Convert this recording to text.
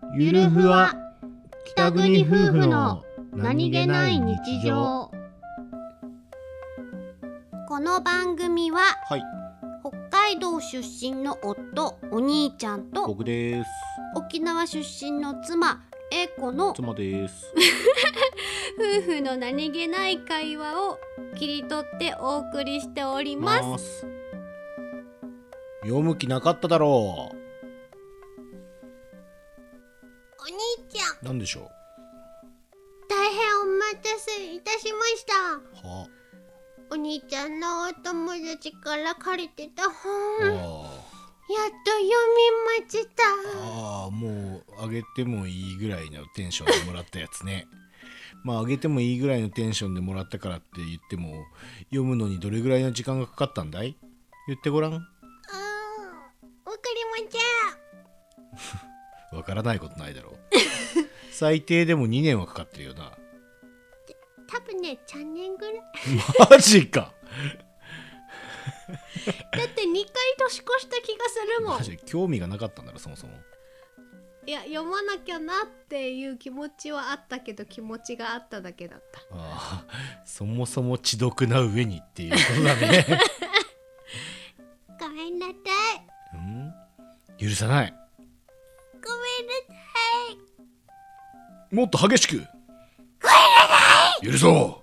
ゆるふわ北国夫婦の何気ない日常。 この番組は、 はい、 北海道出身の夫お兄ちゃんと僕です。 沖縄出身の妻英子の妻です。 夫婦の何気ない会話を切り取ってお送りしております。 読む気なかっただろう。 お兄ちゃん、 なんでしょう。 大変お待たせいたしました。 はお兄ちゃんのお友達から借りてた本、やっと読みました。 もうあげてもいいぐらいのテンションでもらったやつね。まああげてもいいぐらいのテンションでもらったからって言っても、読むのにどれぐらいの時間がかかったんだい？言ってごらん。 わかりません。わからないことないだろう。最低でも2年はかかってるよな。 多分ね、3年ぐらい。 マジか。 だって2回年越した気がするもん。 マジ興味がなかったんだろ、そもそも。 いや、読まなきゃなっていう気持ちはあったけど、気持ちがあっただけだった。 そもそも既読な上にっていうことだね。 ごめんなさい。 許さない。 ごめんなさい。 もっと激しく。許そう。